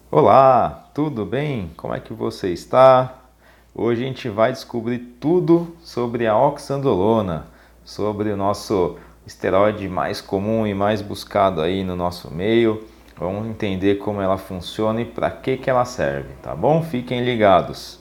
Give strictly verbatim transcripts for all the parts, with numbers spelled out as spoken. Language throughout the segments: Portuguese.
Olá, tudo bem? Como é que você está? Hoje a gente vai descobrir tudo sobre a oxandrolona, sobre o nosso esteroide mais comum e mais buscado aí no nosso meio. Vamos entender como ela funciona e para que que ela serve, tá bom? Fiquem ligados.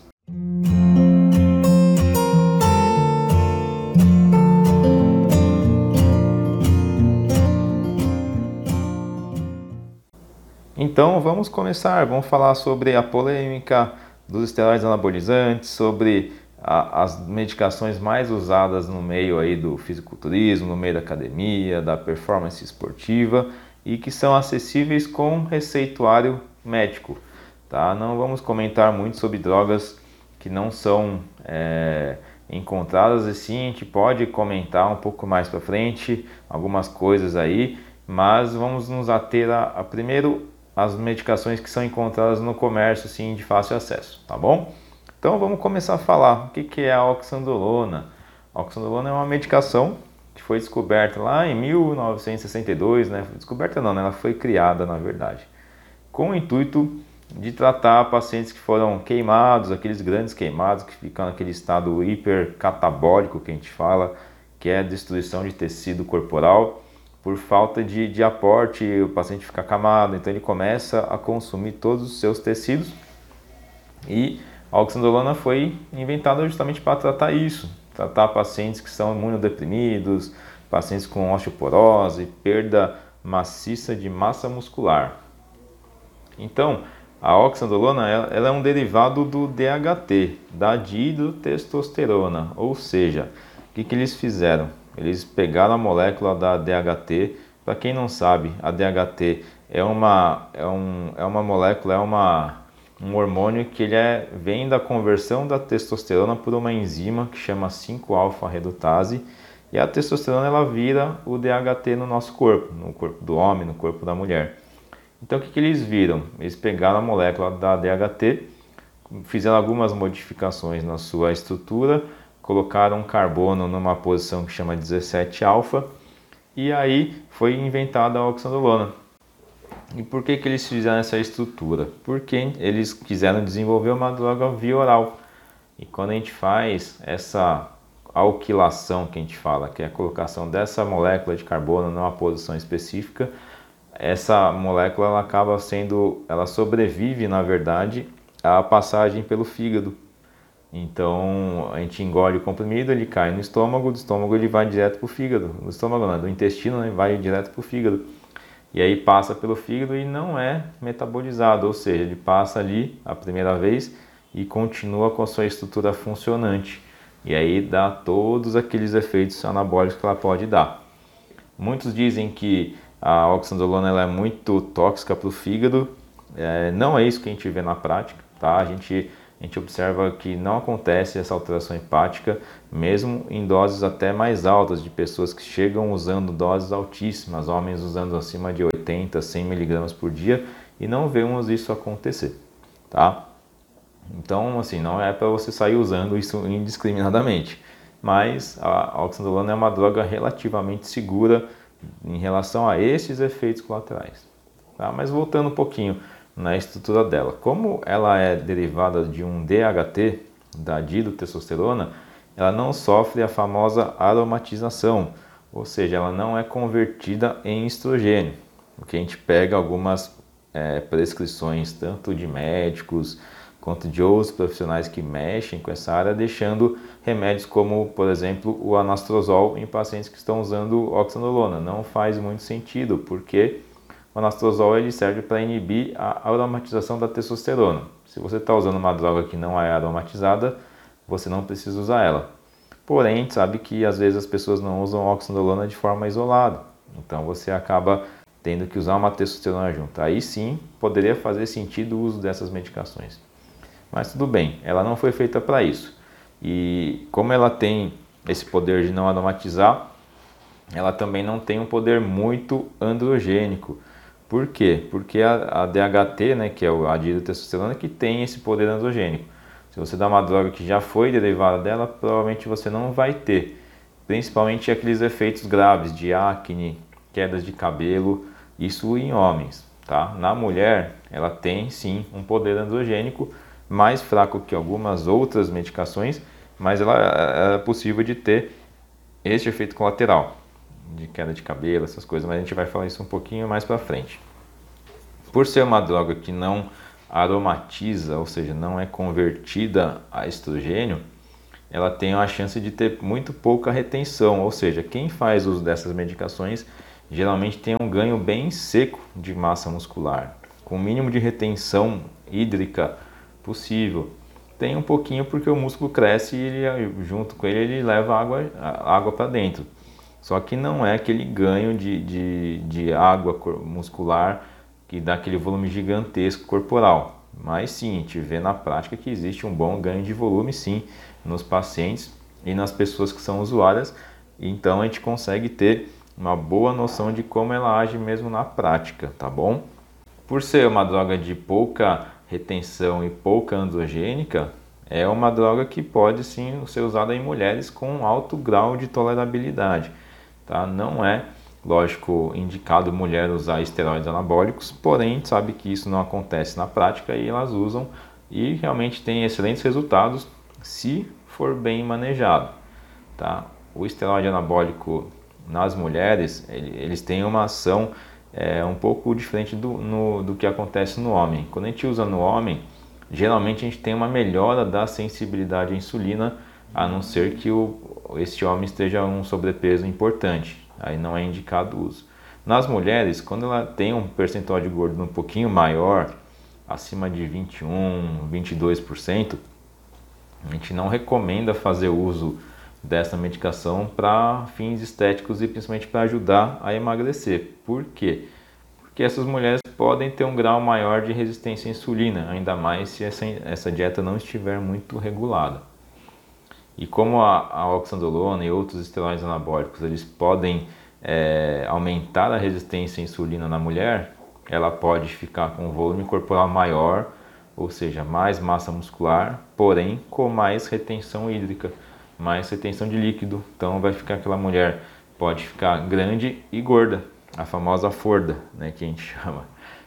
Então vamos começar, vamos falar sobre a polêmica dos esteroides anabolizantes, sobre a, as medicações mais usadas no meio aí do fisiculturismo, no meio da academia, da performance esportiva e que são acessíveis com receituário médico. Tá? Não vamos comentar muito sobre drogas que não são é, encontradas, e sim a gente pode comentar um pouco mais para frente algumas coisas aí, mas vamos nos ater a, a primeiro as medicações que são encontradas no comércio, sim, de fácil acesso, tá bom? Então vamos começar a falar o que, que é a oxandrolona. A oxandrolona é uma medicação que foi descoberta lá em mil novecentos e sessenta e dois, né? Descoberta não, né? Ela foi criada, na verdade, com o intuito de tratar pacientes que foram queimados, aqueles grandes queimados que ficam naquele estado hipercatabólico que a gente fala, que é a destruição de tecido corporal por falta de, de aporte, o paciente fica acamado, então ele começa a consumir todos os seus tecidos e a oxandrolona foi inventada justamente para tratar isso, tratar pacientes que são imunodeprimidos, pacientes com osteoporose, perda maciça de massa muscular. Então, a oxandrolona ela, ela é um derivado do D H T, da dihidrotestosterona, ou seja, o que, que eles fizeram? Eles pegaram a molécula da D H T. Para quem não sabe, a D H T é uma, é um, é uma molécula, é uma, um hormônio que ele é, vem da conversão da testosterona por uma enzima que chama cinco alfa redutase, e a testosterona ela vira o D H T no nosso corpo, no corpo do homem, no corpo da mulher. Então o que, que eles viram? Eles pegaram a molécula da D H T, fizeram algumas modificações na sua estrutura, colocaram carbono numa posição que chama dezessete alfa e aí foi inventada a oxandrolona. E por que, que eles fizeram essa estrutura? Porque eles quiseram desenvolver uma droga via oral. E quando a gente faz essa alquilação que a gente fala, que é a colocação dessa molécula de carbono numa posição específica, essa molécula ela acaba sendo, ela sobrevive na verdade à passagem pelo fígado. Então a gente engole o comprimido, ele cai no estômago, do estômago ele vai direto para o fígado, do estômago não, do intestino, né, vai direto para o fígado. E aí passa pelo fígado e não é metabolizado, ou seja, ele passa ali a primeira vez e continua com a sua estrutura funcionante. E aí dá todos aqueles efeitos anabólicos que ela pode dar. Muitos dizem que a oxandrolona ela é muito tóxica para o fígado, é, não é isso que a gente vê na prática, tá? A gente, a gente observa que não acontece essa alteração hepática, mesmo em doses até mais altas, de pessoas que chegam usando doses altíssimas, homens usando acima de oitenta, cem miligramas por dia, e não vemos isso acontecer, tá? Então, assim, não é para você sair usando isso indiscriminadamente, mas a oxandrolona é uma droga relativamente segura em relação a esses efeitos colaterais. Tá? Mas voltando um pouquinho na estrutura dela, como ela é derivada de um D H T, da dihidrotestosterona, ela não sofre a famosa aromatização, ou seja, ela não é convertida em estrogênio, o que a gente pega algumas é, prescrições tanto de médicos quanto de outros profissionais que mexem com essa área, deixando remédios como, por exemplo, o anastrozol em pacientes que estão usando oxandrolona. Não faz muito sentido, porque o anastrozol ele serve para inibir a aromatização da testosterona. Se você está usando uma droga que não é aromatizada, você não precisa usar ela. Porém, a gente sabe que às vezes as pessoas não usam oxandrolona de forma isolada. Então você acaba tendo que usar uma testosterona junto. Aí sim, poderia fazer sentido o uso dessas medicações. Mas tudo bem, ela não foi feita para isso. E como ela tem esse poder de não aromatizar, ela também não tem um poder muito androgênico. Por quê? Porque a, a D H T, né, que é a dihidrotestosterona, que tem esse poder androgênico. Se você dá uma droga que já foi derivada dela, provavelmente você não vai ter. Principalmente aqueles efeitos graves de acne, quedas de cabelo, isso em homens. tá? Na mulher, ela tem sim um poder androgênico mais fraco que algumas outras medicações, mas ela é possível de ter este efeito colateral, de queda de cabelo, essas coisas, mas a gente vai falar isso um pouquinho mais para frente. Por ser uma droga que não aromatiza, ou seja, não é convertida a estrogênio, ela tem a chance de ter muito pouca retenção, ou seja, quem faz uso dessas medicações geralmente tem um ganho bem seco de massa muscular, com o mínimo de retenção hídrica possível. Tem um pouquinho porque o músculo cresce e ele, junto com ele ele leva água, água para dentro. Só que não é aquele ganho de, de, de água muscular que dá aquele volume gigantesco corporal. Mas sim, a gente vê na prática que existe um bom ganho de volume sim nos pacientes e nas pessoas que são usuárias. Então a gente consegue ter uma boa noção de como ela age mesmo na prática, tá bom? Por ser uma droga de pouca retenção e pouca androgênica, é uma droga que pode sim ser usada em mulheres com alto grau de tolerabilidade, tá? Não é, lógico, indicado mulher usar esteroides anabólicos, porém a gente sabe que isso não acontece na prática e elas usam e realmente tem excelentes resultados se for bem manejado, tá? O esteroide anabólico nas mulheres, eles têm uma ação é, um pouco diferente do, no, do que acontece no homem. Quando a gente usa no homem, geralmente a gente tem uma melhora da sensibilidade à insulina, a não ser que o, esse homem esteja um sobrepeso importante, aí não é indicado o uso. Nas mulheres, quando ela tem um percentual de gordura um pouquinho maior, acima de vinte e um, vinte e dois por cento, a gente não recomenda fazer uso dessa medicação para fins estéticos e principalmente para ajudar a emagrecer. Por quê? Porque essas mulheres podem ter um grau maior de resistência à insulina, ainda mais se essa, essa dieta não estiver muito regulada. E como a, a oxandrolona e outros esteroides anabólicos eles podem é, aumentar a resistência à insulina na mulher, ela pode ficar com um volume corporal maior, ou seja, mais massa muscular, porém com mais retenção hídrica, mais retenção de líquido. Então vai ficar aquela mulher, pode ficar grande e gorda, a famosa forda, né, que a gente chama.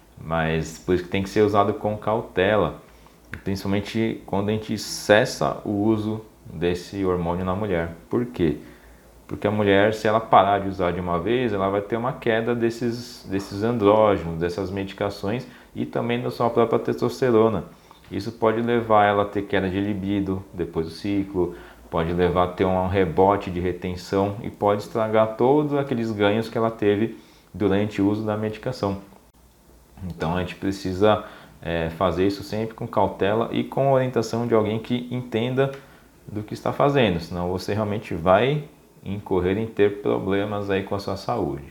Mas por isso que tem que ser usado com cautela, principalmente quando a gente cessa o uso desse hormônio na mulher. Por quê? Porque a mulher, se ela parar de usar de uma vez, ela vai ter uma queda desses, desses andrógenos, dessas medicações e também da sua própria testosterona. Isso pode levar ela a ter queda de libido depois do ciclo, pode levar a ter um rebote de retenção e pode estragar todos aqueles ganhos que ela teve durante o uso da medicação. Então a gente precisa é, fazer isso sempre com cautela e com a orientação de alguém que entenda do que está fazendo, senão você realmente vai incorrer em ter problemas aí com a sua saúde.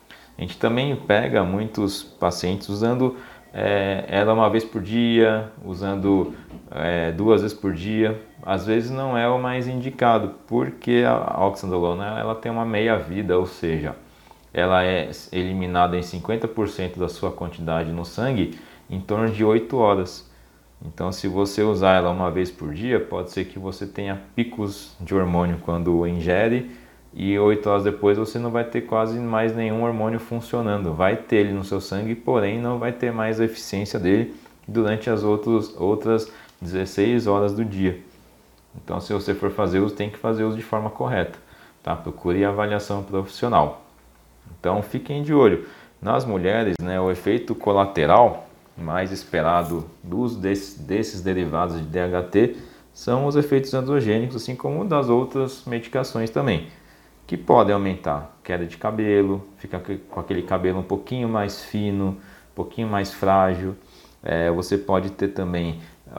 A gente também pega muitos pacientes usando é, ela uma vez por dia, usando é, duas vezes por dia. Às vezes não é o mais indicado, porque a oxandrolona ela tem uma meia-vida, ou seja, ela é eliminada em cinquenta por cento da sua quantidade no sangue em torno de oito horas. Então, se você usar ela uma vez por dia, pode ser que você tenha picos de hormônio quando ingere e oito horas depois você não vai ter quase mais nenhum hormônio funcionando. Vai ter ele no seu sangue, porém não vai ter mais a eficiência dele durante as outros, outras dezesseis horas do dia. Então, se você for fazer uso, tem que fazer uso de forma correta, tá? Procure avaliação profissional. Então, fiquem de olho. Nas mulheres, né, o efeito colateral mais esperado do uso desse, desses derivados de D H T são os efeitos androgênicos, assim como das outras medicações também, que podem aumentar queda de cabelo, ficar com aquele cabelo um pouquinho mais fino, um pouquinho mais frágil. É, você pode ter também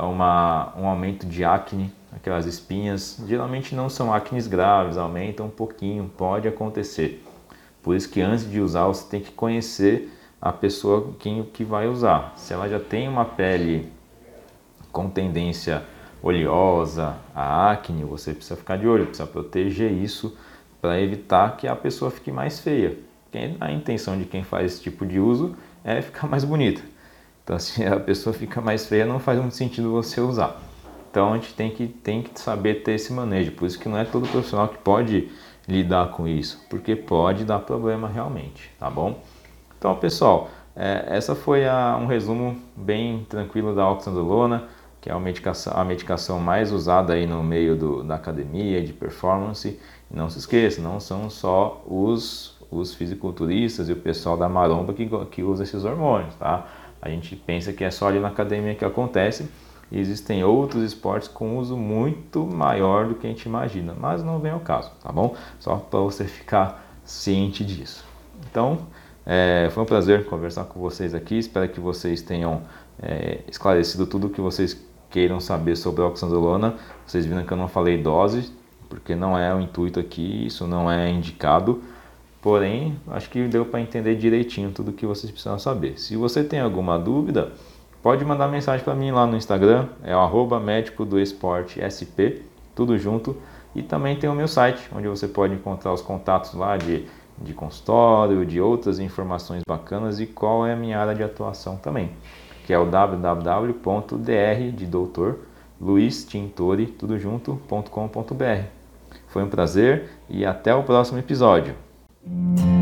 uma, um aumento de acne, aquelas espinhas, geralmente não são acnes graves, aumentam um pouquinho, pode acontecer. Por isso que antes de usar você tem que conhecer a pessoa quem, que vai usar. Se ela já tem uma pele com tendência oleosa, a acne, você precisa ficar de olho, precisa proteger isso para evitar que a pessoa fique mais feia. Porque a intenção de quem faz esse tipo de uso é ficar mais bonita. Então, se a pessoa fica mais feia, não faz muito sentido você usar. Então, a gente tem que, tem que saber ter esse manejo. Por isso que não é todo profissional que pode lidar com isso, porque pode dar problema realmente, tá bom? Então, pessoal, é, essa foi a, um resumo bem tranquilo da oxandrolona, que é a medicação, a medicação mais usada aí no meio do, da academia, de performance. E não se esqueça, não são só os, os fisiculturistas e o pessoal da maromba que, que usa esses hormônios, tá? A gente pensa que é só ali na academia que acontece. E existem outros esportes com uso muito maior do que a gente imagina, mas não vem ao caso, tá bom? Só para você ficar ciente disso. Então, é, foi um prazer conversar com vocês aqui. Espero que vocês tenham é, esclarecido tudo o que vocês queiram saber sobre a oxandrolona. Vocês viram que eu não falei dose, porque não é o intuito aqui, isso não é indicado. Porém, acho que deu para entender direitinho tudo o que vocês precisam saber. Se você tem alguma dúvida, pode mandar mensagem para mim lá no Instagram, é o arroba médico do esporte sp, tudo junto. E também tem o meu site, onde você pode encontrar os contatos lá de, de consultório, de outras informações bacanas e qual é a minha área de atuação também, que é o w w w ponto d r de doutor luiz tintori, tudo junto, ponto com ponto b r. Foi um prazer e até o próximo episódio.